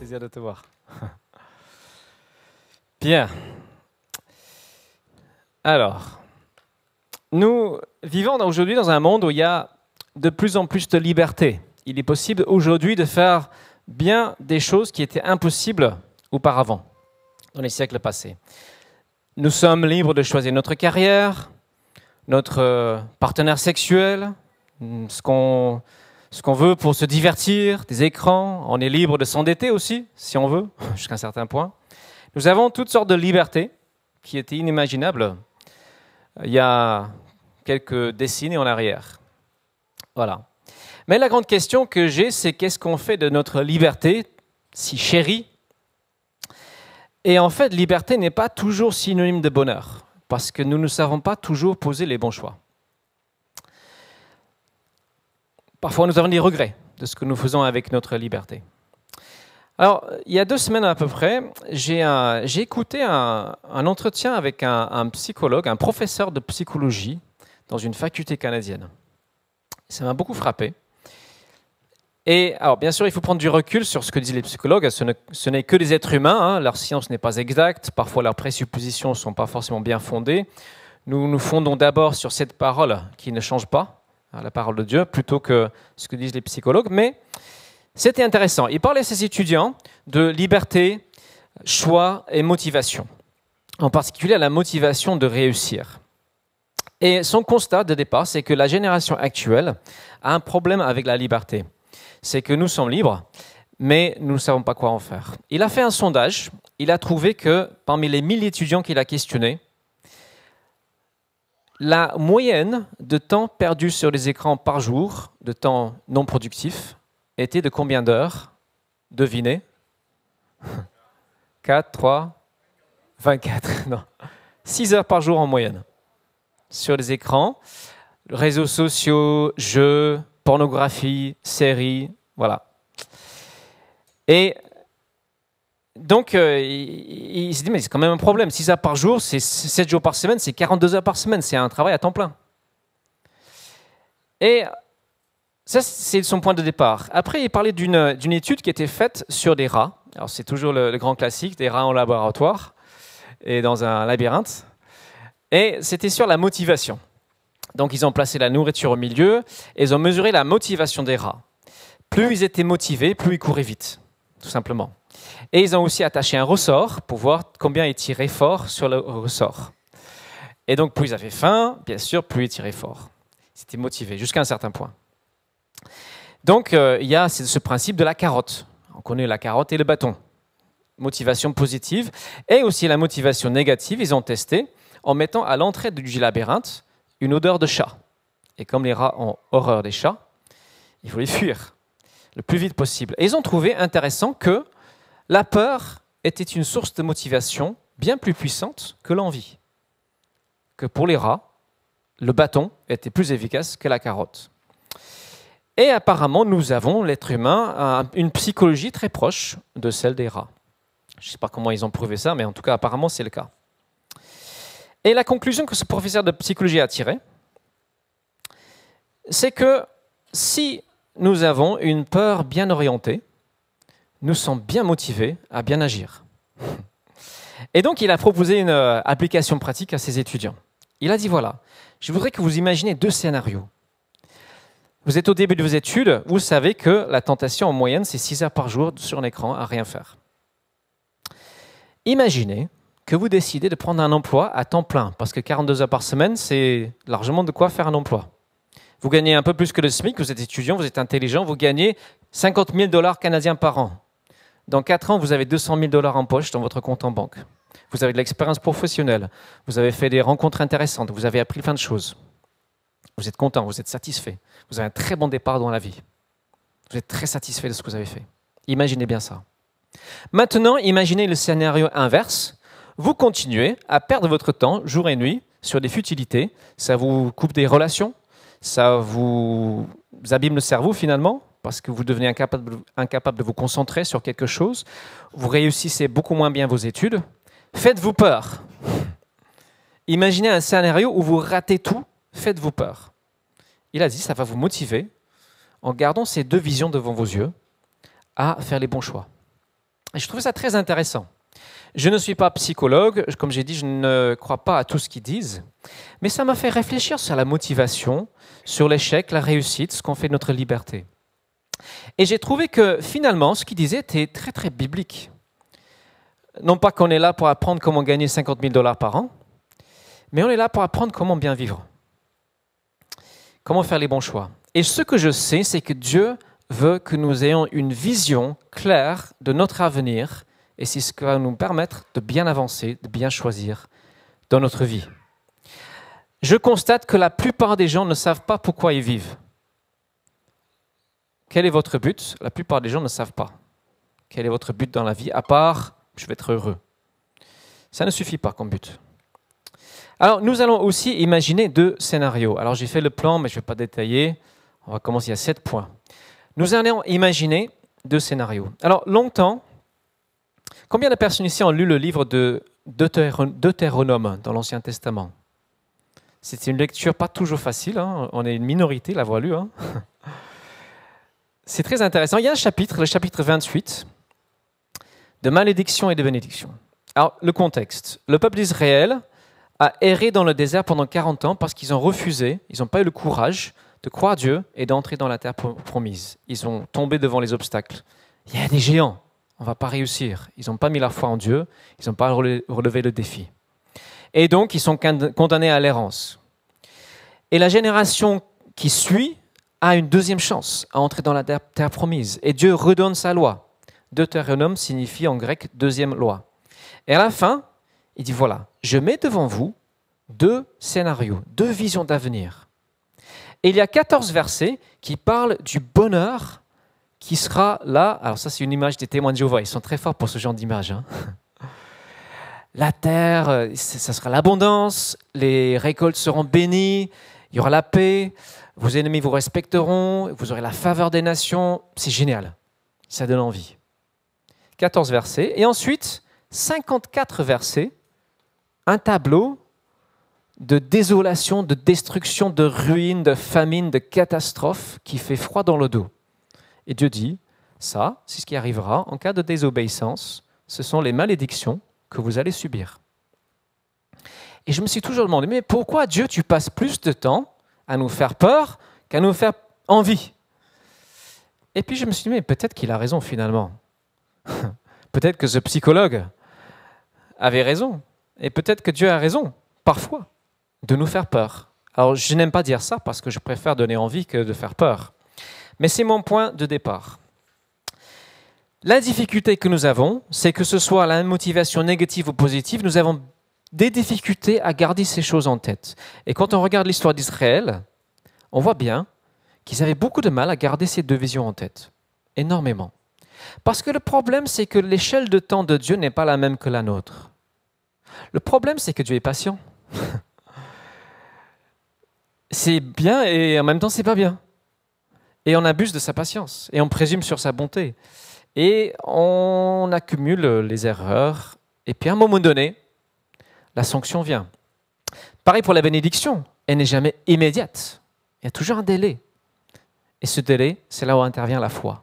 plaisir de te voir. Bien. Alors, nous vivons aujourd'hui dans un monde où il y a de plus en plus de liberté. Il est possible aujourd'hui de faire bien des choses qui étaient impossibles auparavant, dans les siècles passés. Nous sommes libres de choisir notre carrière, notre partenaire sexuel, ce qu'on veut pour se divertir, des écrans. On est libre de s'endetter aussi, si on veut, jusqu'à un certain point. Nous avons toutes sortes de libertés qui étaient inimaginables il y a quelques décennies en arrière. Voilà. Mais la grande question que j'ai, c'est qu'est-ce qu'on fait de notre liberté si chérie? Et en fait, liberté n'est pas toujours synonyme de bonheur, parce que nous ne savons pas toujours poser les bons choix. Parfois, nous avons des regrets de ce que nous faisons avec notre liberté. Alors, il y a 2 semaines à peu près, j'ai écouté un entretien avec un psychologue, un professeur de psychologie dans une faculté canadienne. Ça m'a beaucoup frappé. Et alors, bien sûr, il faut prendre du recul sur ce que disent les psychologues. Ce n'est que des êtres humains, hein. Leur science n'est pas exacte, parfois leurs présuppositions ne sont pas forcément bien fondées. Nous nous fondons d'abord sur cette parole qui ne change pas, la parole de Dieu, plutôt que ce que disent les psychologues. Mais c'était intéressant. Il parlait à ses étudiants de liberté, choix et motivation. En particulier la motivation de réussir. Et son constat de départ, c'est que la génération actuelle a un problème avec la liberté. C'est que nous sommes libres, mais nous ne savons pas quoi en faire. Il a fait un sondage. Il a trouvé que parmi les 1000 étudiants qu'il a questionnés, la moyenne de temps perdu sur les écrans par jour, de temps non productif, était de combien d'heures? Devinez. 4, 3, 24, non. 6 heures par jour en moyenne. Sur les écrans, réseaux sociaux, jeux, pornographie, séries, voilà. Et donc, il s'est dit, mais c'est quand même un problème. 6 heures par jour, c'est 7 jours par semaine, c'est 42 heures par semaine, c'est un travail à temps plein. Et ça, c'est son point de départ. Après, il parlait d'une étude qui était faite sur des rats. Alors, c'est toujours le grand classique, des rats en laboratoire et dans un labyrinthe. Et c'était sur la motivation. Donc, ils ont placé la nourriture au milieu et ils ont mesuré la motivation des rats. Plus ils étaient motivés, plus ils couraient vite, tout simplement. Et ils ont aussi attaché un ressort pour voir combien ils tiraient fort sur le ressort. Et donc, plus ils avaient faim, bien sûr, plus ils tiraient fort. Ils étaient motivés jusqu'à un certain point. Donc, il y a ce principe de la carotte. On connaît la carotte et le bâton. Motivation positive et aussi la motivation négative, ils ont testé en mettant à l'entrée du labyrinthe une odeur de chat. Et comme les rats ont horreur des chats, il faut les fuir le plus vite possible. Et ils ont trouvé intéressant que la peur était une source de motivation bien plus puissante que l'envie. Que pour les rats, le bâton était plus efficace que la carotte. Et apparemment, nous avons, l'être humain, une psychologie très proche de celle des rats. Je ne sais pas comment ils ont prouvé ça, mais en tout cas, apparemment, c'est le cas. Et la conclusion que ce professeur de psychologie a tirée, c'est que si nous avons une peur bien orientée, nous sommes bien motivés à bien agir. Et donc, il a proposé une application pratique à ses étudiants. Il a dit, voilà, je voudrais que vous imaginez 2 scénarios. Vous êtes au début de vos études, vous savez que la tentation en moyenne, c'est 6 heures par jour sur un écran à rien faire. Imaginez que vous décidez de prendre un emploi à temps plein, parce que 42 heures par semaine, c'est largement de quoi faire un emploi. Vous gagnez un peu plus que le SMIC, vous êtes étudiant, vous êtes intelligent, vous gagnez 50 000 $ canadiens par an. Dans 4 ans, vous avez 200 000 $ en poche dans votre compte en banque. Vous avez de l'expérience professionnelle, vous avez fait des rencontres intéressantes, vous avez appris plein de choses. Vous êtes content, vous êtes satisfait. Vous avez un très bon départ dans la vie. Vous êtes très satisfait de ce que vous avez fait. Imaginez bien ça. Maintenant, imaginez le scénario inverse. Vous continuez à perdre votre temps, jour et nuit, sur des futilités. Ça vous coupe des relations. Ça vous abîme le cerveau finalement, parce que vous devenez incapable de vous concentrer sur quelque chose. Vous réussissez beaucoup moins bien vos études. Faites-vous peur. Imaginez un scénario où vous ratez tout. Faites-vous peur. Il a dit, ça va vous motiver, en gardant ces 2 visions devant vos yeux, à faire les bons choix. Et je trouvais ça très intéressant. Je ne suis pas psychologue, comme j'ai dit, je ne crois pas à tout ce qu'ils disent, mais ça m'a fait réfléchir sur la motivation, sur l'échec, la réussite, ce qu'on fait de notre liberté. Et j'ai trouvé que finalement, ce qu'ils disaient était très très biblique. Non pas qu'on est là pour apprendre comment gagner 50 000 $ par an, mais on est là pour apprendre comment bien vivre, comment faire les bons choix. Et ce que je sais, c'est que Dieu veut que nous ayons une vision claire de notre avenir, et c'est ce qui va nous permettre de bien avancer, de bien choisir dans notre vie. Je constate que la plupart des gens ne savent pas pourquoi ils vivent. Quel est votre but? La plupart des gens ne savent pas. Quel est votre but dans la vie, à part « je vais être heureux ». Ça ne suffit pas comme but. Alors, nous allons aussi imaginer 2 scénarios. Alors, j'ai fait le plan, mais je ne vais pas détailler. On va commencer à 7 points. Nous allons imaginer 2 scénarios. Alors, longtemps, combien de personnes ici ont lu le livre de Deutéronome dans l'Ancien Testament? C'est une lecture pas toujours facile, hein. On est une minorité à l'avoir lu. Hein. C'est très intéressant. Il y a un chapitre, le chapitre 28, de malédiction et de bénédiction. Alors, le contexte. Le peuple d'Israël a erré dans le désert pendant 40 ans parce qu'ils ont refusé, ils n'ont pas eu le courage de croire Dieu et d'entrer dans la terre promise. Ils ont tombé devant les obstacles. Il y a des géants, on ne va pas réussir. Ils n'ont pas mis la foi en Dieu, ils n'ont pas relevé le défi. Et donc, ils sont condamnés à l'errance. Et la génération qui suit a une deuxième chance à entrer dans la terre promise. Et Dieu redonne sa loi. Deutéronome signifie en grec deuxième loi. Et à la fin, il dit voilà, je mets devant vous 2 scénarios, 2 visions d'avenir. Et il y a 14 versets qui parlent du bonheur qui sera là. Alors ça, c'est une image des témoins de Jéhovah. Ils sont très forts pour ce genre d'image. Hein. La terre, ça sera l'abondance, les récoltes seront bénies, il y aura la paix, vos ennemis vous respecteront, vous aurez la faveur des nations. C'est génial, ça donne envie. 14 versets. Et ensuite, 54 versets, un tableau de désolation, de destruction, de ruine, de famine, de catastrophe qui fait froid dans le dos. Et Dieu dit, ça, c'est ce qui arrivera en cas de désobéissance. Ce sont les malédictions que vous allez subir. Et je me suis toujours demandé, mais pourquoi Dieu, tu passes plus de temps à nous faire peur qu'à nous faire envie? Et puis je me suis dit, mais peut-être qu'il a raison finalement. Peut-être que ce psychologue avait raison. Et peut-être que Dieu a raison, parfois, de nous faire peur. Alors je n'aime pas dire ça parce que je préfère donner envie que de faire peur. Mais c'est mon point de départ. La difficulté que nous avons, c'est que ce soit la motivation négative ou positive, nous avons des difficultés à garder ces choses en tête. Et quand on regarde l'histoire d'Israël, on voit bien qu'ils avaient beaucoup de mal à garder ces 2 visions en tête. Énormément. Parce que le problème, c'est que l'échelle de temps de Dieu n'est pas la même que la nôtre. Le problème, c'est que Dieu est patient. C'est bien et en même temps, c'est pas bien. Et on abuse de sa patience et on présume sur sa bonté. Et on accumule les erreurs. Et puis à un moment donné, la sanction vient. Pareil pour la bénédiction. Elle n'est jamais immédiate. Il y a toujours un délai. Et ce délai, c'est là où intervient la foi.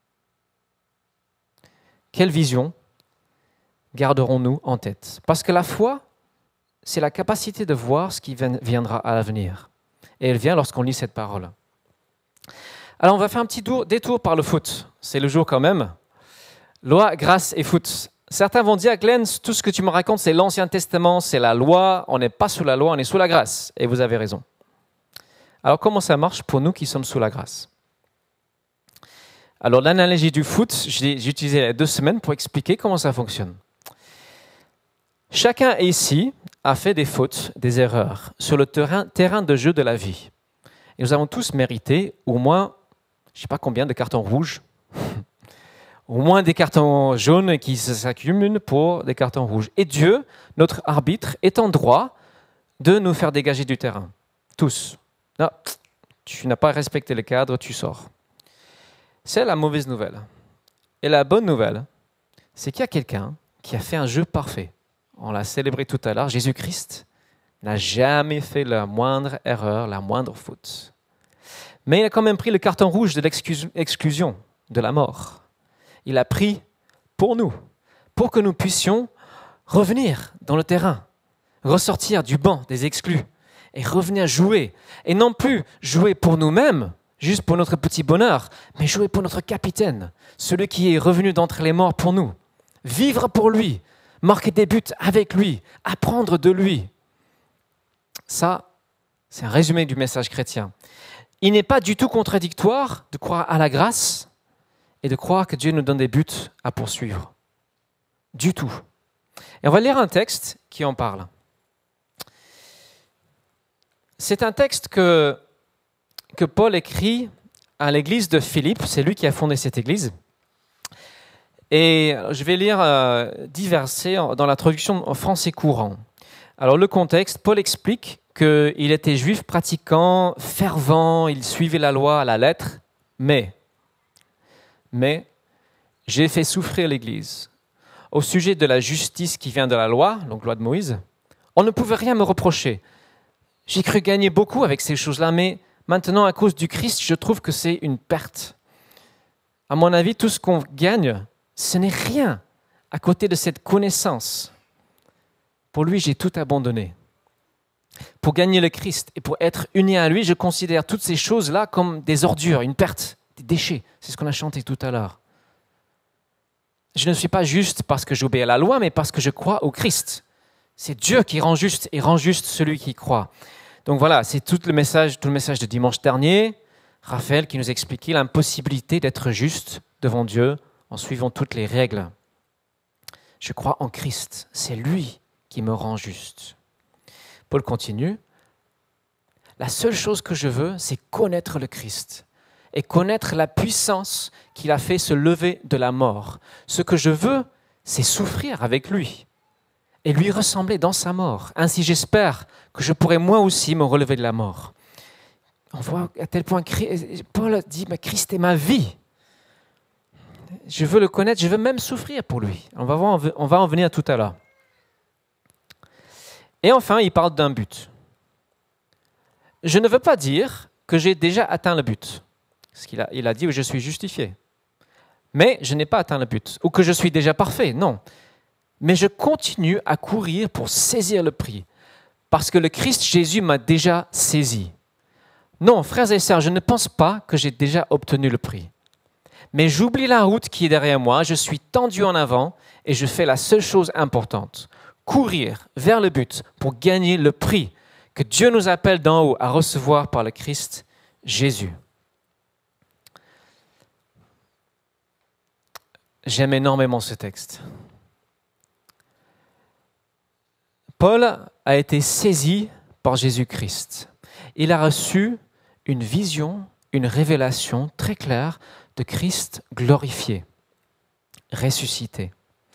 Quelle vision garderons-nous en tête? Parce que la foi, c'est la capacité de voir ce qui viendra à l'avenir. Et elle vient lorsqu'on lit cette parole. Alors, on va faire un petit détour par le foot. C'est le jour quand même. Loi, grâce et foot. Certains vont dire, Glenn, tout ce que tu me racontes, c'est l'Ancien Testament, c'est la loi. On n'est pas sous la loi, on est sous la grâce. Et vous avez raison. Alors, comment ça marche pour nous qui sommes sous la grâce? Alors, l'analogie du foot, j'ai utilisé il y a 2 semaines pour expliquer comment ça fonctionne. Chacun ici a fait des fautes, des erreurs sur le terrain de jeu de la vie. Et nous avons tous mérité au moins, je ne sais pas combien de cartons rouges, au moins des cartons jaunes qui s'accumulent pour des cartons rouges. Et Dieu, notre arbitre, est en droit de nous faire dégager du terrain. Tous. Non, tu n'as pas respecté le cadre, tu sors. C'est la mauvaise nouvelle. Et la bonne nouvelle, c'est qu'il y a quelqu'un qui a fait un jeu parfait. On l'a célébré tout à l'heure, Jésus-Christ n'a jamais fait la moindre erreur, la moindre faute. Mais il a quand même pris le carton rouge de l'exclusion, de la mort. Il a pris pour nous, pour que nous puissions revenir dans le terrain, ressortir du banc des exclus et revenir jouer. Et non plus jouer pour nous-mêmes, juste pour notre petit bonheur, mais jouer pour notre capitaine, celui qui est revenu d'entre les morts pour nous. Vivre pour lui, marquer des buts avec lui, apprendre de lui. Ça, c'est un résumé du message chrétien. Il n'est pas du tout contradictoire de croire à la grâce et de croire que Dieu nous donne des buts à poursuivre. Du tout. Et on va lire un texte qui en parle. C'est un texte que Paul écrit à l'église de Philippe. C'est lui qui a fondé cette église. Et je vais lire 10 versets dans la traduction en français courant. Alors le contexte, Paul explique qu'il était juif pratiquant, fervent, il suivait la loi à la lettre, mais j'ai fait souffrir l'Église. Au sujet de la justice qui vient de la loi, donc loi de Moïse, on ne pouvait rien me reprocher. J'ai cru gagner beaucoup avec ces choses-là, mais maintenant, à cause du Christ, je trouve que c'est une perte. À mon avis, tout ce qu'on gagne, ce n'est rien à côté de cette connaissance. Pour lui, j'ai tout abandonné. Pour gagner le Christ et pour être uni à lui, je considère toutes ces choses-là comme des ordures, une perte, des déchets. C'est ce qu'on a chanté tout à l'heure. Je ne suis pas juste parce que j'obéis à la loi, mais parce que je crois au Christ. C'est Dieu qui rend juste et rend juste celui qui croit. Donc voilà, c'est tout le message de dimanche dernier. Raphaël qui nous expliquait l'impossibilité d'être juste devant Dieu en suivant toutes les règles. Je crois en Christ, c'est lui qui me rend juste. Paul continue. La seule chose que je veux, c'est connaître le Christ et connaître la puissance qu'il a fait se lever de la mort. Ce que je veux, c'est souffrir avec lui et lui ressembler dans sa mort. Ainsi, j'espère que je pourrai moi aussi me relever de la mort. On voit à tel point, Paul dit, mais Christ est ma vie. Je veux le connaître, je veux même souffrir pour lui. On va en venir tout à l'heure. Et enfin, il parle d'un but. Je ne veux pas dire que j'ai déjà atteint le but. Parce qu'il a dit, je suis justifié. Mais je n'ai pas atteint le but. Ou que je suis déjà parfait, non. Mais je continue à courir pour saisir le prix. Parce que le Christ Jésus m'a déjà saisi. Non, frères et sœurs, je ne pense pas que j'ai déjà obtenu le prix. Mais j'oublie la route qui est derrière moi, je suis tendu en avant et je fais la seule chose importante. Courir vers le but pour gagner le prix que Dieu nous appelle d'en haut à recevoir par le Christ Jésus. J'aime énormément ce texte. Paul a été saisi par Jésus-Christ. Il a reçu une vision, une révélation très claire de Christ glorifié, ressuscité.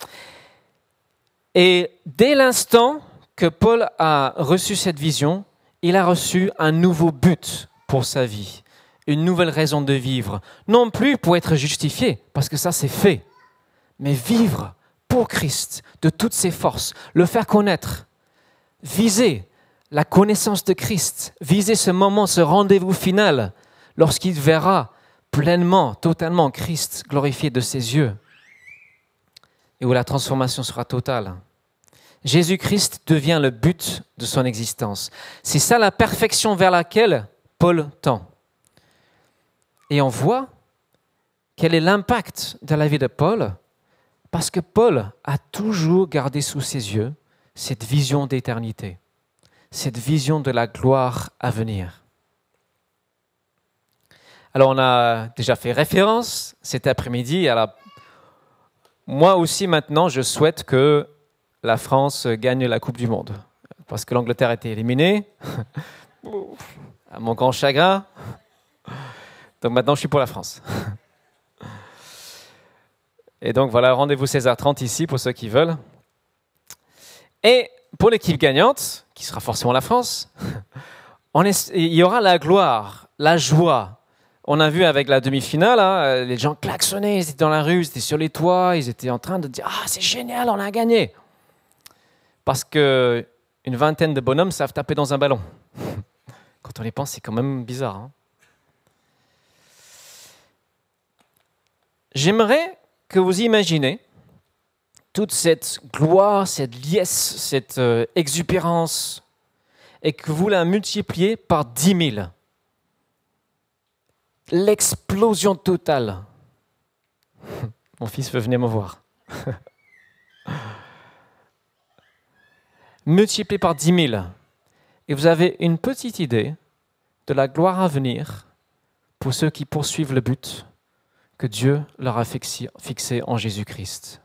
Et dès l'instant que Paul a reçu cette vision, il a reçu un nouveau but pour sa vie, une nouvelle raison de vivre. Non plus pour être justifié, parce que ça c'est fait, mais vivre pour Christ de toutes ses forces, le faire connaître, viser la connaissance de Christ, viser ce moment, ce rendez-vous final, lorsqu'il verra pleinement, totalement Christ glorifié de ses yeux et où la transformation sera totale. Jésus-Christ devient le but de son existence. C'est ça la perfection vers laquelle Paul tend. Et on voit quel est l'impact de la vie de Paul, parce que Paul a toujours gardé sous ses yeux cette vision d'éternité, cette vision de la gloire à venir. Alors on a déjà fait référence cet après-midi à la... Moi aussi maintenant, je souhaite que la France gagne la Coupe du Monde. Parce que l'Angleterre a été éliminée, à mon grand chagrin. Donc maintenant, je suis pour la France. Et donc voilà, rendez-vous 16h30 ici pour ceux qui veulent. Et pour l'équipe gagnante, qui sera forcément la France, il y aura la gloire, la joie. On a vu avec la demi-finale, hein, les gens klaxonnaient, ils étaient dans la rue, ils étaient sur les toits, ils étaient en train de dire « Ah, c'est génial, on a gagné !» Parce qu'une vingtaine de bonhommes savent taper dans un ballon. Quand on les pense, c'est quand même bizarre. Hein. J'aimerais que vous imaginez toute cette gloire, cette liesse, cette exubérance, et que vous la multipliez par 10 000. L'explosion totale. Mon fils veut venir me voir. Multiplié par 10 000. Et vous avez une petite idée de la gloire à venir pour ceux qui poursuivent le but que Dieu leur a fixé en Jésus-Christ.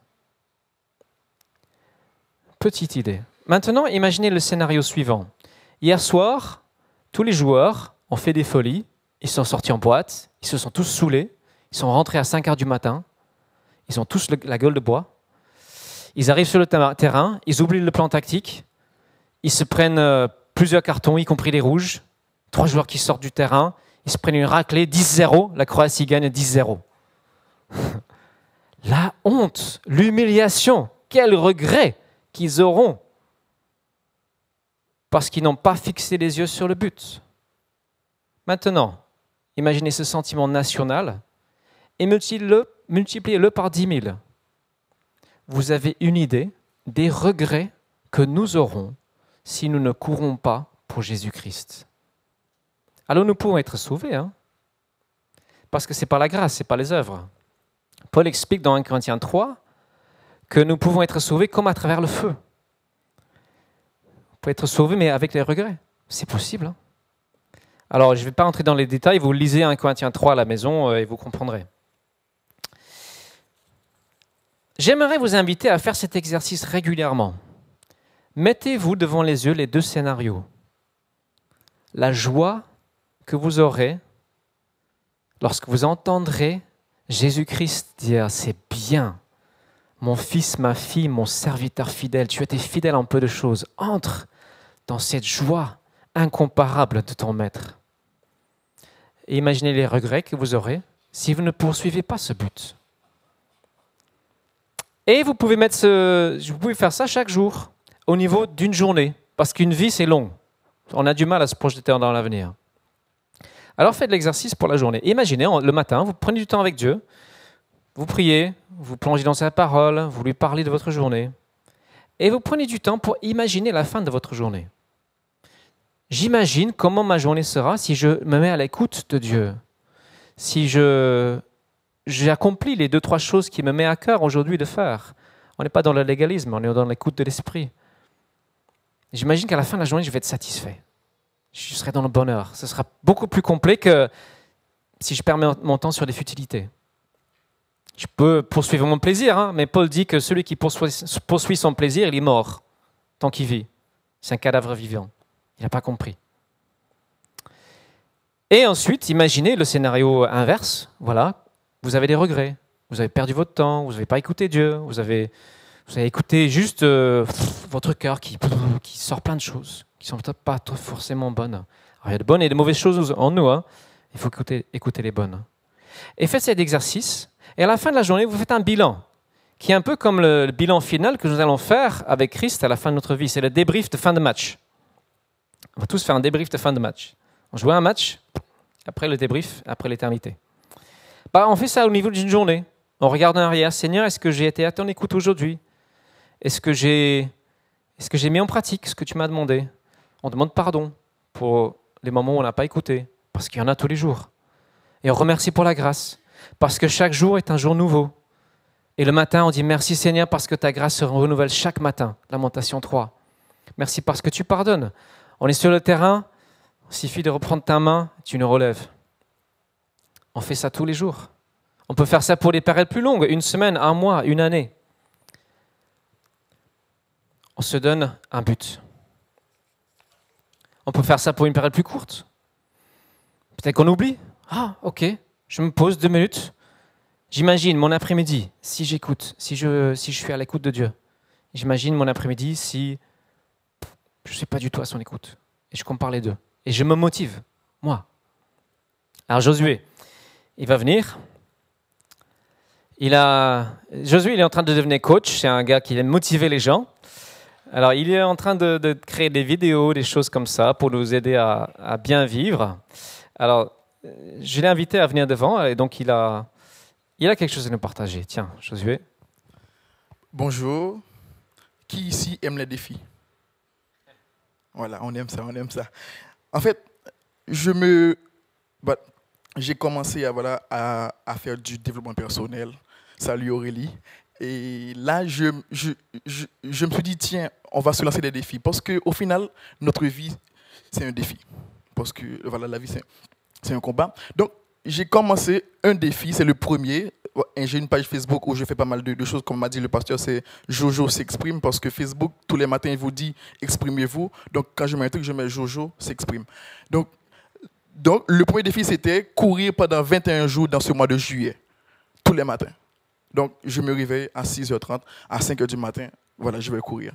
Petite idée. Maintenant, imaginez le scénario suivant. Hier soir, tous les joueurs ont fait des folies, ils sont sortis en boîte, ils se sont tous saoulés, ils sont rentrés à 5 heures du matin, ils ont tous la gueule de bois, ils arrivent sur le terrain, ils oublient le plan tactique, ils se prennent plusieurs cartons, y compris les rouges, 3 joueurs qui sortent du terrain, ils se prennent une raclée, 10-0, la Croatie gagne 10-0. La honte, l'humiliation, quel regret qu'ils auront parce qu'ils n'ont pas fixé les yeux sur le but. Maintenant, imaginez ce sentiment national et multipliez-le par 10 000. Vous avez une idée des regrets que nous aurons si nous ne courons pas pour Jésus-Christ. Alors nous pouvons être sauvés, parce que ce n'est pas la grâce, ce n'est pas les œuvres. Paul explique dans 1 Corinthiens 3 que nous pouvons être sauvés comme à travers le feu. Vous pouvez être sauvés, mais avec les regrets. C'est possible. Alors, je ne vais pas entrer dans les détails, vous lisez 1 Corinthiens 3 à la maison et vous comprendrez. J'aimerais vous inviter à faire cet exercice régulièrement. Mettez-vous devant les yeux les 2 scénarios. La joie que vous aurez lorsque vous entendrez Jésus-Christ dire « C'est bien, mon fils, ma fille, mon serviteur fidèle, tu as été fidèle en peu de choses. Entre dans cette joie incomparable de ton maître. » Et imaginez les regrets que vous aurez si vous ne poursuivez pas ce but. Et vous pouvez faire ça chaque jour, au niveau d'une journée, parce qu'une vie, c'est long. On a du mal à se projeter dans l'avenir. Alors faites l'exercice pour la journée. Imaginez, le matin, vous prenez du temps avec Dieu, vous priez, vous plongez dans sa parole, vous lui parlez de votre journée, et vous prenez du temps pour imaginer la fin de votre journée. J'imagine comment ma journée sera si je me mets à l'écoute de Dieu, si j'ai accompli les 2-3 choses qui me met à cœur aujourd'hui de faire. On n'est pas dans le légalisme, on est dans l'écoute de l'esprit. J'imagine qu'à la fin de la journée, je vais être satisfait. Je serai dans le bonheur. Ce sera beaucoup plus complet que si je perds mon temps sur des futilités. Je peux poursuivre mon plaisir, mais Paul dit que celui qui poursuit son plaisir, il est mort tant qu'il vit. C'est un cadavre vivant. Il n'a pas compris. Et ensuite, imaginez le scénario inverse. Voilà, vous avez des regrets. Vous avez perdu votre temps, vous n'avez pas écouté Dieu, vous avez écouté juste votre cœur qui sort plein de choses, qui ne sont pas forcément bonnes. Alors, il y a de bonnes et de mauvaises choses en nous. Il faut écouter les bonnes. Et faites cet exercice. Et à la fin de la journée, vous faites un bilan, qui est un peu comme le bilan final que nous allons faire avec Christ à la fin de notre vie. C'est le débrief de fin de match. On va tous faire un débrief de fin de match. On joue un match, après le débrief, après l'éternité. On fait ça au niveau d'une journée. On regarde en arrière. Seigneur, est-ce que j'ai été à ton écoute aujourd'hui? Est-ce que j'ai mis en pratique ce que tu m'as demandé? On demande pardon pour les moments où on n'a pas écouté, parce qu'il y en a tous les jours. Et on remercie pour la grâce, parce que chaque jour est un jour nouveau. Et le matin, on dit merci Seigneur, parce que ta grâce se renouvelle chaque matin. Lamentation 3. Merci parce que tu pardonnes. On est sur le terrain, il suffit de reprendre ta main, tu nous relèves. On fait ça tous les jours. On peut faire ça pour des périodes plus longues, 1 semaine, 1 mois, 1 année. On se donne un but. On peut faire ça pour une période plus courte. Peut-être qu'on oublie. Ah, ok, je me pose 2 minutes. J'imagine mon après-midi, si j'écoute, si je suis à l'écoute de Dieu. J'imagine mon après-midi si je ne suis pas du tout à son écoute. Et je compare les deux. Et je me motive, moi. Alors Josué, il va venir. Josué, il est en train de devenir coach. C'est un gars qui aime motiver les gens. Alors, il est en train de créer des vidéos, des choses comme ça, pour nous aider à bien vivre. Alors, je l'ai invité à venir devant, et donc il a quelque chose à nous partager. Tiens, Josué. Bonjour. Qui ici aime les défis? Voilà, on aime ça, on aime ça. En fait, bah, j'ai commencé à faire du développement personnel. Salut Aurélie. Et là, je me suis dit, tiens, on va se lancer des défis. Parce qu'au final, notre vie, c'est un défi. Parce que voilà, la vie, c'est un combat. Donc, j'ai commencé un défi, c'est le premier. Et j'ai une page Facebook où je fais pas mal de choses. Comme m'a dit le pasteur, c'est Jojo s'exprime. Parce que Facebook, tous les matins, il vous dit exprimez-vous. Donc, quand je mets un truc, je mets Jojo s'exprime. Donc, le premier défi, c'était courir pendant 21 jours dans ce mois de juillet, tous les matins. Donc, je me réveille à 6h30, à 5h du matin, voilà, je vais courir.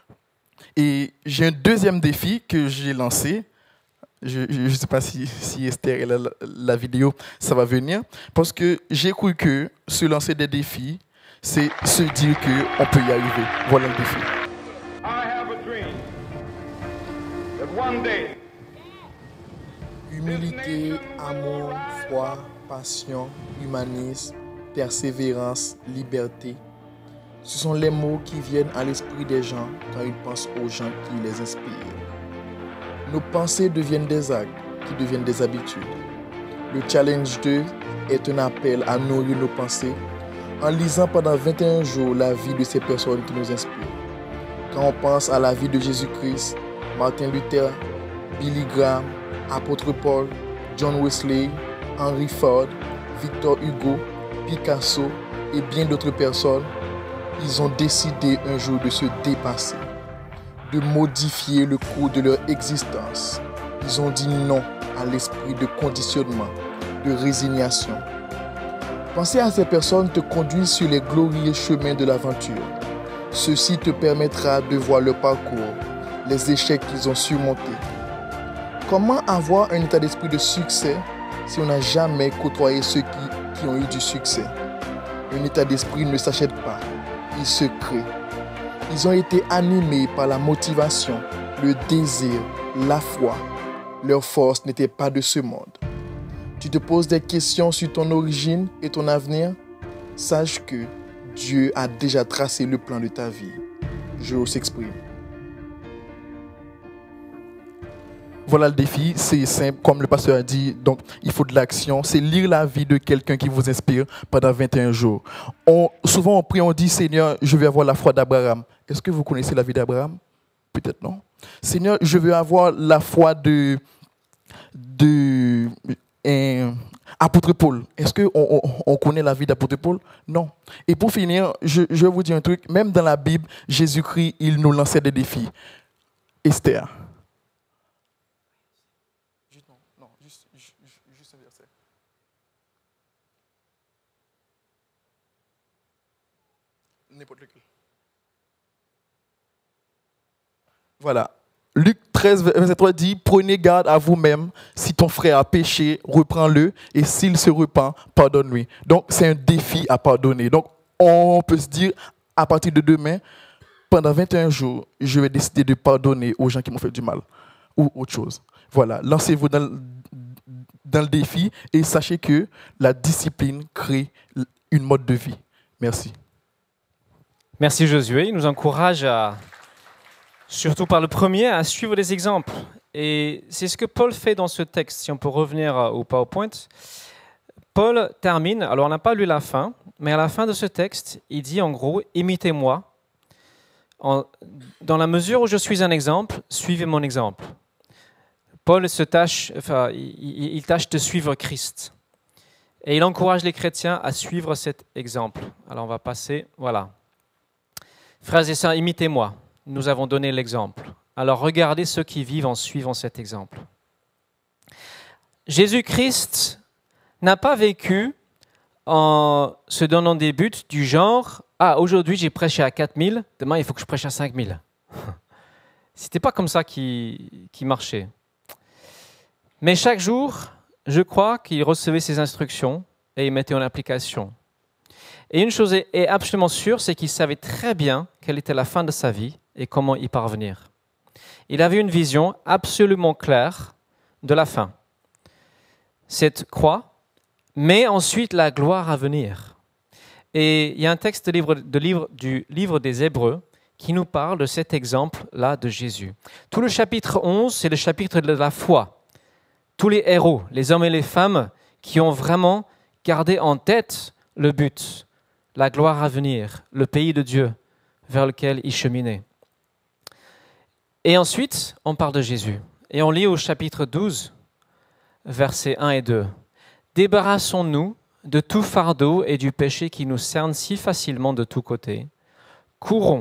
Et j'ai un deuxième défi que j'ai lancé. Je ne sais pas si Esther est là, la vidéo, ça va venir. Parce que j'ai cru que se lancer des défis, c'est se dire qu'on peut y arriver. Voilà le défi. I have a dream that one day, Humilité, amour, foi, passion, humanisme, persévérance, liberté. Ce sont les mots qui viennent à l'esprit des gens quand ils pensent aux gens qui les inspirent. Nos pensées deviennent des actes qui deviennent des habitudes. Le Challenge 2 est un appel à nourrir nos pensées en lisant pendant 21 jours la vie de ces personnes qui nous inspirent. Quand on pense à la vie de Jésus-Christ, Martin Luther, Billy Graham, Apôtre Paul, John Wesley, Henry Ford, Victor Hugo, Picasso et bien d'autres personnes, ils ont décidé un jour de se dépasser, de modifier le cours de leur existence. Ils ont dit non à l'esprit de conditionnement, de résignation. Penser à ces personnes te conduit sur les glorieux chemins de l'aventure. Ceci te permettra de voir leur parcours, les échecs qu'ils ont surmontés. Comment avoir un état d'esprit de succès si on n'a jamais côtoyé ceux qui ont eu du succès? Un état d'esprit ne s'achète pas, il se crée. Ils ont été animés par la motivation, le désir, la foi. Leur force n'était pas de ce monde. Tu te poses des questions sur ton origine et ton avenir? Sache que Dieu a déjà tracé le plan de ta vie. Je s'exprime. Voilà le défi, c'est simple, comme le pasteur a dit, donc il faut de l'action, c'est lire la vie de quelqu'un qui vous inspire pendant 21 jours. Souvent on prie, on dit, Seigneur, je veux avoir la foi d'Abraham. Est-ce que vous connaissez la vie d'Abraham? Peut-être non. Seigneur, je veux avoir la foi de Apôtre Paul. Est-ce qu'on connaît la vie d'Apôtre Paul? Non. Et pour finir, je vais vous dire un truc, même dans la Bible, Jésus-Christ, il nous lançait des défis. Esther. Juste un verset. N'importe lequel. Voilà. Luc 13, verset 3 dit, prenez garde à vous-même, si ton frère a péché, reprends-le, et s'il se repent, pardonne-lui. Donc, c'est un défi à pardonner. Donc, on peut se dire, à partir de demain, pendant 21 jours, je vais décider de pardonner aux gens qui m'ont fait du mal, ou autre chose. Voilà, lancez-vous dans le défi, et sachez que la discipline crée une mode de vie. Merci. Merci Josué, il nous encourage à... surtout par le premier, à suivre les exemples. Et c'est ce que Paul fait dans ce texte. Si on peut revenir au PowerPoint. Paul termine, alors on n'a pas lu la fin, mais à la fin de ce texte, il dit en gros, imitez-moi. Dans la mesure où je suis un exemple, suivez mon exemple. Paul il tâche de suivre Christ. Et il encourage les chrétiens à suivre cet exemple. Alors on va passer, voilà. Frères et sœurs, imitez-moi. Nous avons donné l'exemple. Alors regardez ceux qui vivent en suivant cet exemple. Jésus-Christ n'a pas vécu en se donnant des buts du genre « Ah, aujourd'hui j'ai prêché à 4000, demain il faut que je prêche à 5000 ». C'était pas comme ça qui marchait. Mais chaque jour, je crois qu'il recevait ses instructions et il mettait en application. Et une chose est absolument sûre, c'est qu'il savait très bien quelle était la fin de sa vie et comment y parvenir. Il avait une vision absolument claire de la fin. Cette croix, mais ensuite la gloire à venir. Et il y a un texte du livre des Hébreux qui nous parle de cet exemple-là de Jésus. Tout le chapitre 11, c'est le chapitre de la foi. Tous les héros, les hommes et les femmes qui ont vraiment gardé en tête le but, la gloire à venir, le pays de Dieu vers lequel ils cheminaient. Et ensuite, on parle de Jésus. Et on lit au chapitre 12, versets 1 et 2. « Débarrassons-nous de tout fardeau et du péché qui nous cerne si facilement de tous côtés. Courons »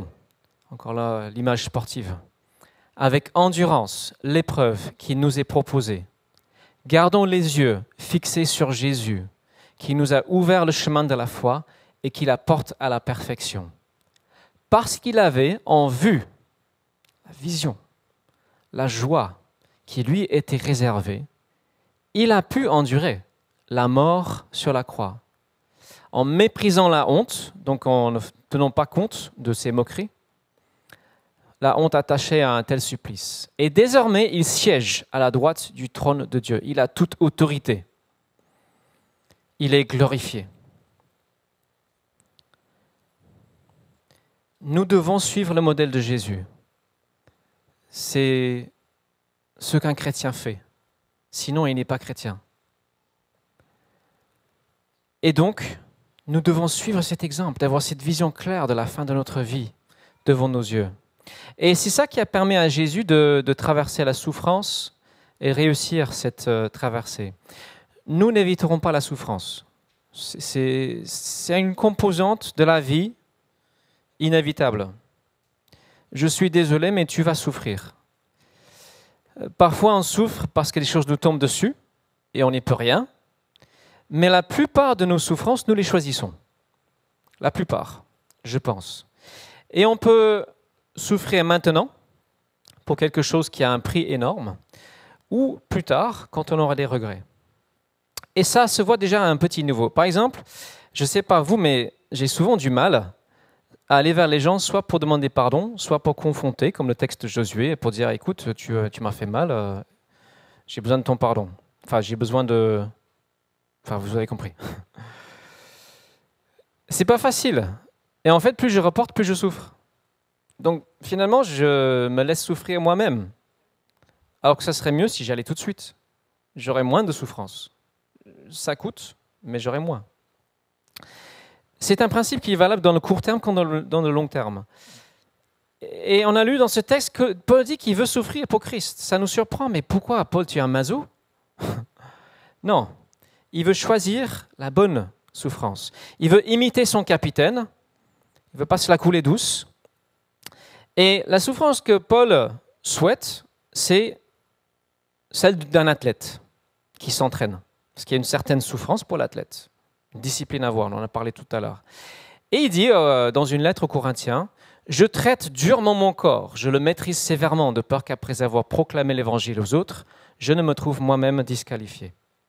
encore là l'image sportive, avec endurance l'épreuve qui nous est proposée. Gardons les yeux fixés sur Jésus, qui nous a ouvert le chemin de la foi et qui la porte à la perfection. Parce qu'il avait en vue la vision, la joie qui lui était réservée, il a pu endurer la mort sur la croix. En méprisant la honte, donc en ne tenant pas compte de ses moqueries, la honte attachée à un tel supplice. Et désormais, il siège à la droite du trône de Dieu. Il a toute autorité. Il est glorifié. Nous devons suivre le modèle de Jésus. C'est ce qu'un chrétien fait. Sinon, il n'est pas chrétien. Et donc, nous devons suivre cet exemple, d'avoir cette vision claire de la fin de notre vie devant nos yeux. Et c'est ça qui a permis à Jésus de traverser la souffrance et réussir cette traversée. Nous n'éviterons pas la souffrance. C'est une composante de la vie inévitable. Je suis désolé, mais tu vas souffrir. Parfois, on souffre parce que les choses nous tombent dessus et on n'y peut rien. Mais la plupart de nos souffrances, nous les choisissons. La plupart, je pense. Et on peut souffrir maintenant pour quelque chose qui a un prix énorme ou plus tard quand on aura des regrets. Et ça se voit déjà à un petit niveau. Par exemple, je ne sais pas vous, mais j'ai souvent du mal à aller vers les gens soit pour demander pardon, soit pour confronter, comme le texte de Josué, pour dire « Écoute, tu m'as fait mal, j'ai besoin de ton pardon. » Enfin, j'ai besoin de... Enfin, vous avez compris. C'est pas facile. Et en fait, plus je reporte, plus je souffre. Donc, finalement, je me laisse souffrir moi-même. Alors que ça serait mieux si j'allais tout de suite. J'aurais moins de souffrance. Ça coûte, mais j'aurais moins. C'est un principe qui est valable dans le court terme comme dans le long terme. Et on a lu dans ce texte que Paul dit qu'il veut souffrir pour Christ. Ça nous surprend, mais pourquoi, Paul, tu es un maso? Non. Il veut choisir la bonne souffrance. Il veut imiter son capitaine. Il ne veut pas se la couler douce. Et la souffrance que Paul souhaite, c'est celle d'un athlète qui s'entraîne. Parce qu'il y a une certaine souffrance pour l'athlète. Une discipline à avoir, on en a parlé tout à l'heure. Et il dit dans une lettre aux Corinthiens, « Je traite durement mon corps, je le maîtrise sévèrement, de peur qu'après avoir proclamé l'évangile aux autres, je ne me trouve moi-même disqualifié. »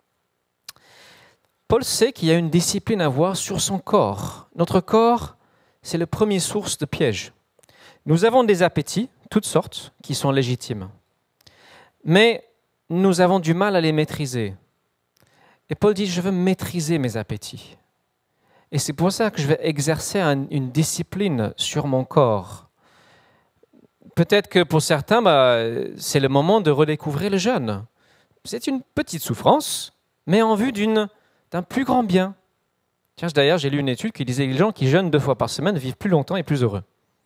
Paul sait qu'il y a une discipline à avoir sur son corps. Notre corps, c'est la première source de pièges. Nous avons des appétits, toutes sortes, qui sont légitimes. Mais nous avons du mal à les maîtriser. Et Paul dit, je veux maîtriser mes appétits. Et c'est pour ça que je vais exercer une discipline sur mon corps. Peut-être que pour certains, c'est le moment de redécouvrir le jeûne. C'est une petite souffrance, mais en vue d'un plus grand bien. Tiens, d'ailleurs, j'ai lu une étude qui disait que les gens qui jeûnent 2 fois par semaine vivent plus longtemps et plus heureux.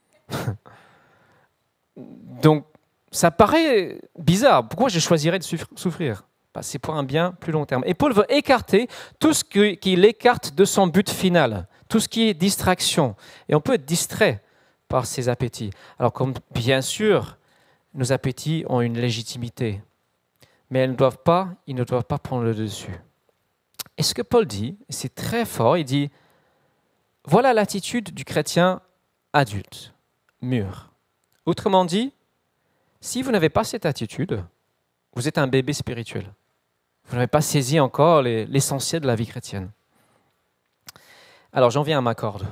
Donc, ça paraît bizarre. Pourquoi je choisirais de souffrir? C'est pour un bien plus long terme. Et Paul veut écarter tout ce qui l'écarte de son but final, tout ce qui est distraction. Et on peut être distrait par ses appétits. Alors, comme bien sûr, nos appétits ont une légitimité, mais ils ne doivent pas prendre le dessus. Et ce que Paul dit, c'est très fort, il dit, voilà l'attitude du chrétien adulte, mûr. Autrement dit, si vous n'avez pas cette attitude, vous êtes un bébé spirituel. Vous n'avez pas saisi encore l'essentiel de la vie chrétienne. Alors, j'en viens à ma corde.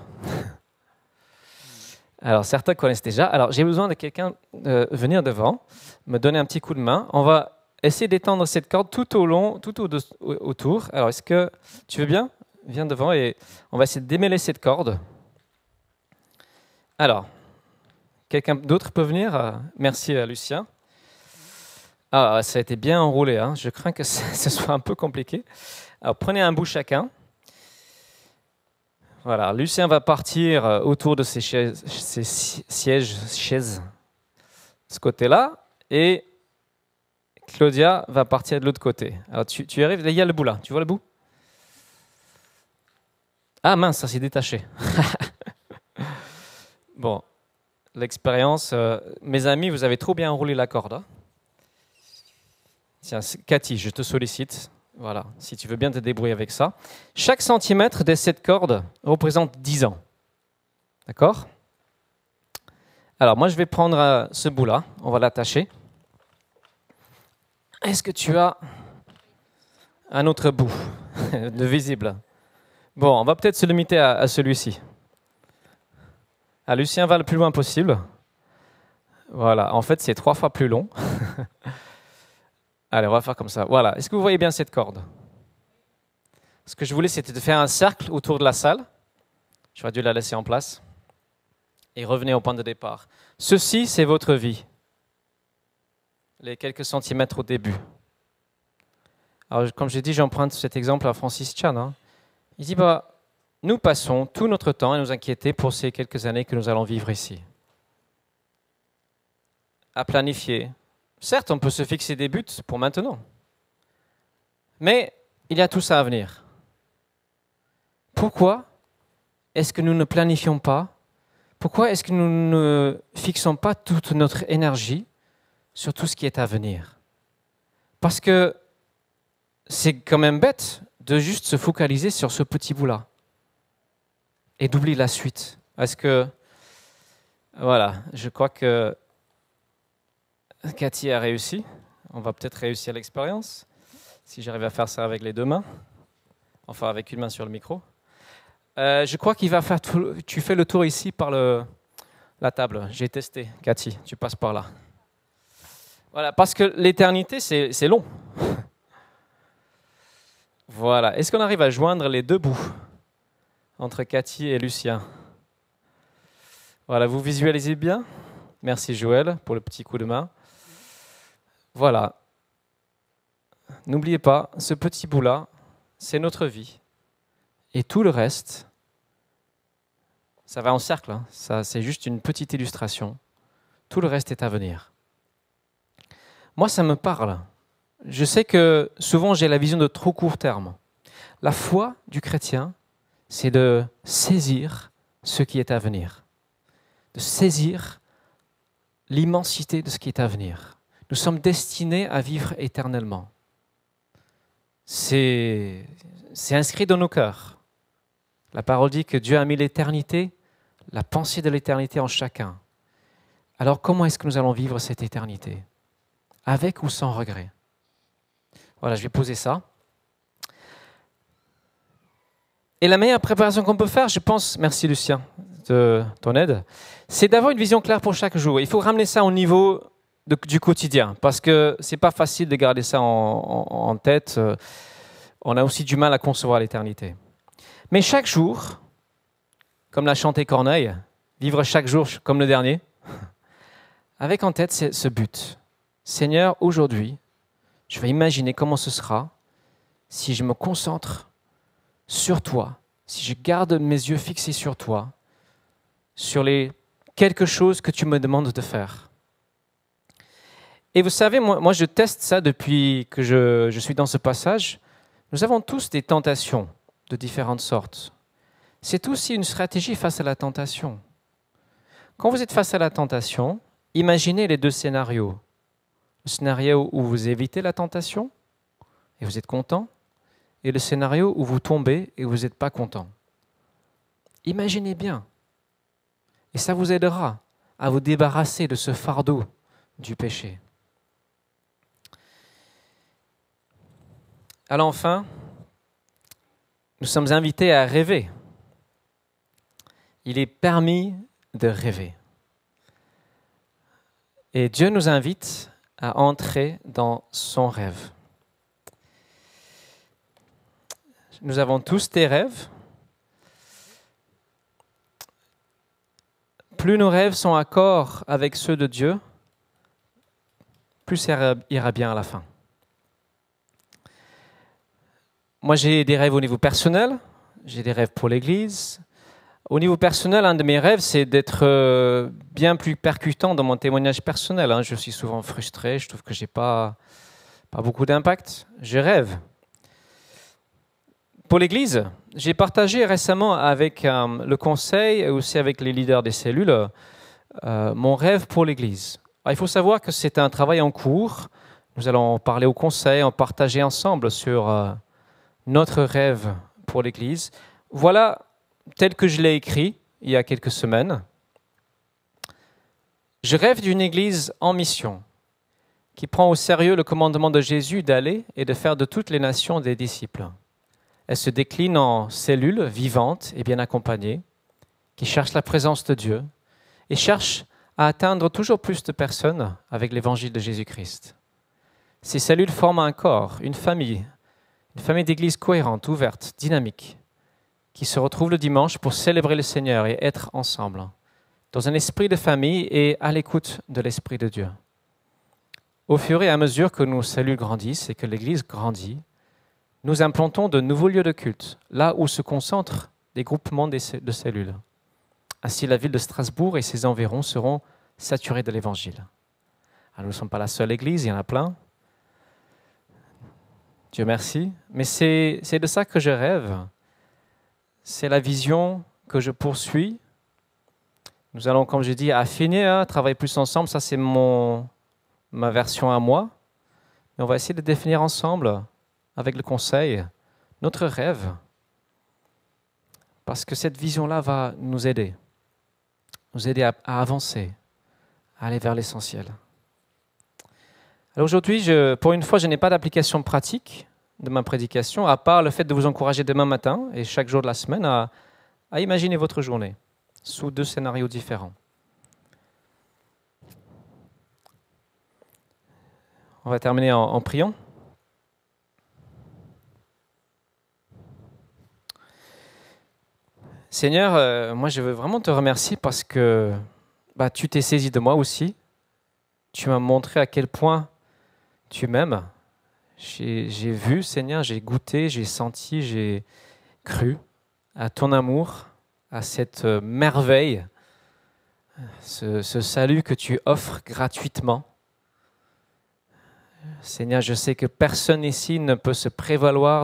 Alors, certains connaissent déjà. Alors, j'ai besoin de quelqu'un venir devant, me donner un petit coup de main. On va essayer d'étendre cette corde tout autour. Alors, est-ce que tu veux bien viens devant et on va essayer de démêler cette corde. Alors, quelqu'un d'autre peut venir? Merci à Lucien. Ah, ça a été bien enroulé, hein. Je crains que ce soit un peu compliqué. Alors, prenez un bout chacun. Voilà, Lucien va partir autour de ses chaises, de ce côté-là, et Claudia va partir de l'autre côté. Alors, tu arrives, il y a le bout là, tu vois le bout? Ah mince, ça s'est détaché. Bon, l'expérience, mes amis, vous avez trop bien enroulé la corde, hein. Tiens, Cathy, je te sollicite. Voilà, si tu veux bien te débrouiller avec ça. Chaque centimètre de cette corde représente 10 ans. D'accord? Alors, moi, je vais prendre ce bout-là. On va l'attacher. Est-ce que tu as un autre bout de visible? Bon, on va peut-être se limiter à celui-ci. Ah, Lucien va le plus loin possible. Voilà, en fait, c'est 3 fois plus long. Allez, on va faire comme ça. Voilà. Est-ce que vous voyez bien cette corde? Ce que je voulais, c'était de faire un cercle autour de la salle. J'aurais dû la laisser en place. Et revenez au point de départ. Ceci, c'est votre vie. Les quelques centimètres au début. Alors, comme j'ai dit, j'emprunte cet exemple à Francis Chan, hein. Il dit, nous passons tout notre temps à nous inquiéter pour ces quelques années que nous allons vivre ici. À planifier. Certes, on peut se fixer des buts pour maintenant. Mais il y a tout ça à venir. Pourquoi est-ce que nous ne planifions pas? Pourquoi est-ce que nous ne fixons pas toute notre énergie sur tout ce qui est à venir? Parce que c'est quand même bête de juste se focaliser sur ce petit bout-là et d'oublier la suite. Est-ce que... Voilà, je crois que Cathy a réussi. On va peut-être réussir l'expérience, si j'arrive à faire ça avec les deux mains. Enfin, avec une main sur le micro. Je crois qu'il va faire... Tu fais le tour ici par la table. J'ai testé. Cathy, tu passes par là. Voilà, parce que l'éternité, c'est long. Voilà. Est-ce qu'on arrive à joindre les deux bouts entre Cathy et Lucien? Voilà, vous visualisez bien? Merci Joël pour le petit coup de main. Voilà. N'oubliez pas, ce petit bout-là, c'est notre vie. Et tout le reste, ça va en cercle, hein. Ça, c'est juste une petite illustration. Tout le reste est à venir. Moi, ça me parle. Je sais que souvent, j'ai la vision de trop court terme. La foi du chrétien, c'est de saisir ce qui est à venir. De saisir l'immensité de ce qui est à venir. Nous sommes destinés à vivre éternellement. C'est inscrit dans nos cœurs. La parole dit que Dieu a mis l'éternité, la pensée de l'éternité en chacun. Alors comment est-ce que nous allons vivre cette éternité? Avec ou sans regret? Voilà, je vais poser ça. Et la meilleure préparation qu'on peut faire, je pense, merci Lucien de ton aide, c'est d'avoir une vision claire pour chaque jour. Il faut ramener ça au niveau du quotidien, parce que ce n'est pas facile de garder ça en tête. On a aussi du mal à concevoir l'éternité. Mais chaque jour, comme l'a chanté Corneille, vivre chaque jour comme le dernier, avec en tête ce but. Seigneur, aujourd'hui, je vais imaginer comment ce sera si je me concentre sur toi, si je garde mes yeux fixés sur toi, sur les quelque chose que tu me demandes de faire. Et vous savez, moi je teste ça depuis que je suis dans ce passage. Nous avons tous des tentations de différentes sortes. C'est aussi une stratégie face à la tentation. Quand vous êtes face à la tentation, imaginez les deux scénarios. Le scénario où vous évitez la tentation et vous êtes content, et le scénario où vous tombez et vous n'êtes pas content. Imaginez bien. Et ça vous aidera à vous débarrasser de ce fardeau du péché. Alors enfin, nous sommes invités à rêver. Il est permis de rêver. Et Dieu nous invite à entrer dans son rêve. Nous avons tous des rêves. Plus nos rêves sont accord avec ceux de Dieu, plus ça ira bien à la fin. Moi, j'ai des rêves au niveau personnel, j'ai des rêves pour l'Église. Au niveau personnel, un de mes rêves, c'est d'être bien plus percutant dans mon témoignage personnel. Je suis souvent frustré, je trouve que je n'ai pas beaucoup d'impact. Je rêve. Pour l'Église, j'ai partagé récemment avec le conseil et aussi avec les leaders des cellules mon rêve pour l'Église. Alors, il faut savoir que c'est un travail en cours. Nous allons parler au conseil, en partager ensemble sur notre rêve pour l'Église. Voilà tel que je l'ai écrit il y a quelques semaines. Je rêve d'une Église en mission qui prend au sérieux le commandement de Jésus d'aller et de faire de toutes les nations des disciples. Elle se décline en cellules vivantes et bien accompagnées, qui cherchent la présence de Dieu et cherchent à atteindre toujours plus de personnes avec l'évangile de Jésus-Christ. Ces cellules forment un corps, une famille d'églises cohérentes, ouvertes, dynamiques, qui se retrouvent le dimanche pour célébrer le Seigneur et être ensemble, dans un esprit de famille et à l'écoute de l'Esprit de Dieu. Au fur et à mesure que nos cellules grandissent et que l'Église grandit, nous implantons de nouveaux lieux de culte, là où se concentrent des groupements de cellules. Ainsi, la ville de Strasbourg et ses environs seront saturés de l'Évangile. Alors, nous ne sommes pas la seule Église, il y en a plein. Dieu merci. Mais c'est de ça que je rêve. C'est la vision que je poursuis. Nous allons, comme je dis, affiner, travailler plus ensemble. Ça, c'est ma version à moi. Mais on va essayer de définir ensemble, avec le conseil, notre rêve. Parce que cette vision-là va nous aider à avancer, à aller vers l'essentiel. Alors aujourd'hui, pour une fois, je n'ai pas d'application pratique de ma prédication, à part le fait de vous encourager demain matin et chaque jour de la semaine à imaginer votre journée sous 2 scénarios différents. On va terminer en priant. Seigneur, moi je veux vraiment te remercier parce que tu t'es saisi de moi aussi. Tu m'as montré à quel point tu m'aimes. J'ai vu, Seigneur, j'ai goûté, j'ai senti, j'ai cru à ton amour, à cette merveille, ce salut que tu offres gratuitement. Seigneur, je sais que personne ici ne peut se prévaloir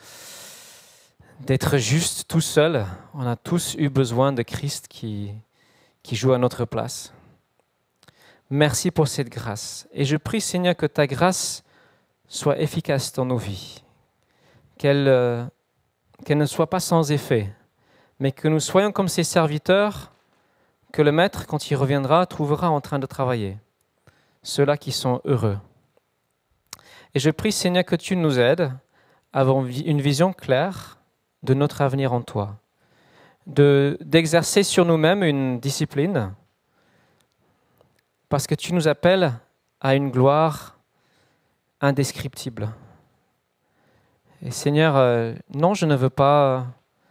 d'être juste tout seul. On a tous eu besoin de Christ qui joue à notre place. Merci pour cette grâce. Et je prie, Seigneur, que ta grâce soit efficace dans nos vies. Qu'elle ne soit pas sans effet, mais que nous soyons comme ces serviteurs que le Maître, quand il reviendra, trouvera en train de travailler. Ceux-là qui sont heureux. Et je prie, Seigneur, que tu nous aides à avoir une vision claire de notre avenir en toi, d'exercer sur nous-mêmes une discipline, parce que tu nous appelles à une gloire indescriptible. Et Seigneur, non, je ne veux pas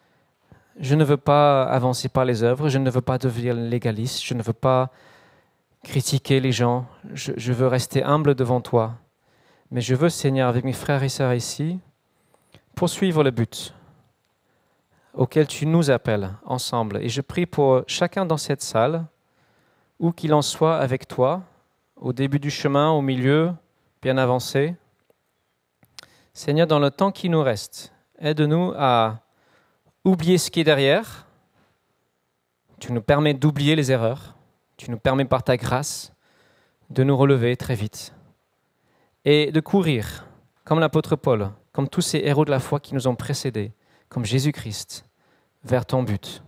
avancer par les œuvres, je ne veux pas devenir légaliste, je ne veux pas critiquer les gens, je veux rester humble devant toi. Mais je veux, Seigneur, avec mes frères et sœurs ici, poursuivre le but auquel tu nous appelles ensemble. Et je prie pour chacun dans cette salle, où qu'il en soit avec toi, au début du chemin, au milieu, bien avancé. Seigneur, dans le temps qui nous reste, aide-nous à oublier ce qui est derrière. Tu nous permets d'oublier les erreurs. Tu nous permets par ta grâce de nous relever très vite et de courir, comme l'apôtre Paul, comme tous ces héros de la foi qui nous ont précédés, comme Jésus-Christ, vers ton but.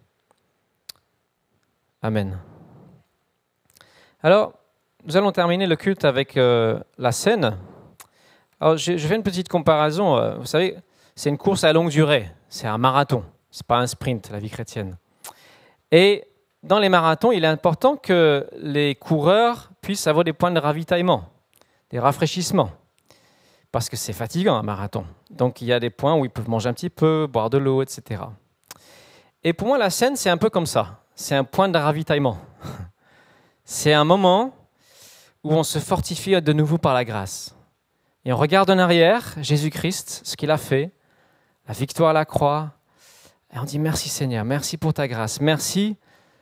Amen. Alors, nous allons terminer le culte avec la scène. Alors, je fais une petite comparaison. Vous savez, c'est une course à longue durée. C'est un marathon. Ce n'est pas un sprint, la vie chrétienne. Et dans les marathons, il est important que les coureurs puissent avoir des points de ravitaillement, des rafraîchissements. parce que c'est fatigant un marathon. Donc il y a des points où ils peuvent manger un petit peu, boire de l'eau, etc. Et pour moi, la scène, c'est un peu comme ça. C'est un point de ravitaillement. C'est un moment où on se fortifie de nouveau par la grâce. Et on regarde en arrière Jésus-Christ, ce qu'il a fait, la victoire à la croix, et on dit merci Seigneur, merci pour ta grâce, merci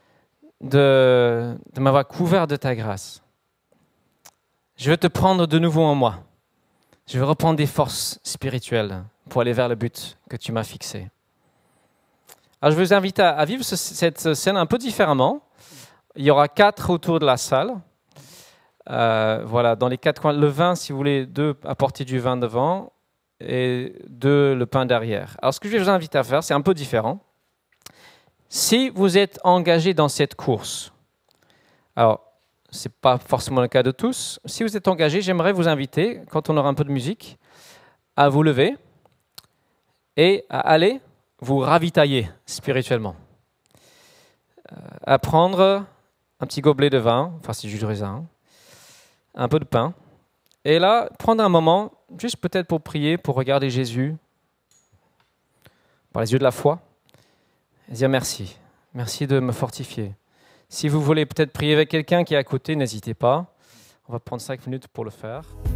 de m'avoir couvert de ta grâce. Je veux te prendre de nouveau en moi. Je veux reprendre des forces spirituelles pour aller vers le but que tu m'as fixé. Alors je vous invite à vivre cette scène un peu différemment. Il y aura 4 autour de la salle. Voilà, dans les 4 coins. Le vin, si vous voulez, 2 apporter du vin devant et 2 le pain derrière. Alors ce que je vais vous inviter à faire, c'est un peu différent. Si vous êtes engagé dans cette course, alors ce n'est pas forcément le cas de tous. Si vous êtes engagé, j'aimerais vous inviter, quand on aura un peu de musique, à vous lever et à aller vous ravitailler spirituellement. À prendre un petit gobelet de vin, enfin c'est jus de raisin, un peu de pain, et là, prendre un moment, juste peut-être pour prier, pour regarder Jésus, par les yeux de la foi, et dire merci, merci de me fortifier. Si vous voulez peut-être prier avec quelqu'un qui est à côté, n'hésitez pas, on va prendre 5 minutes pour le faire.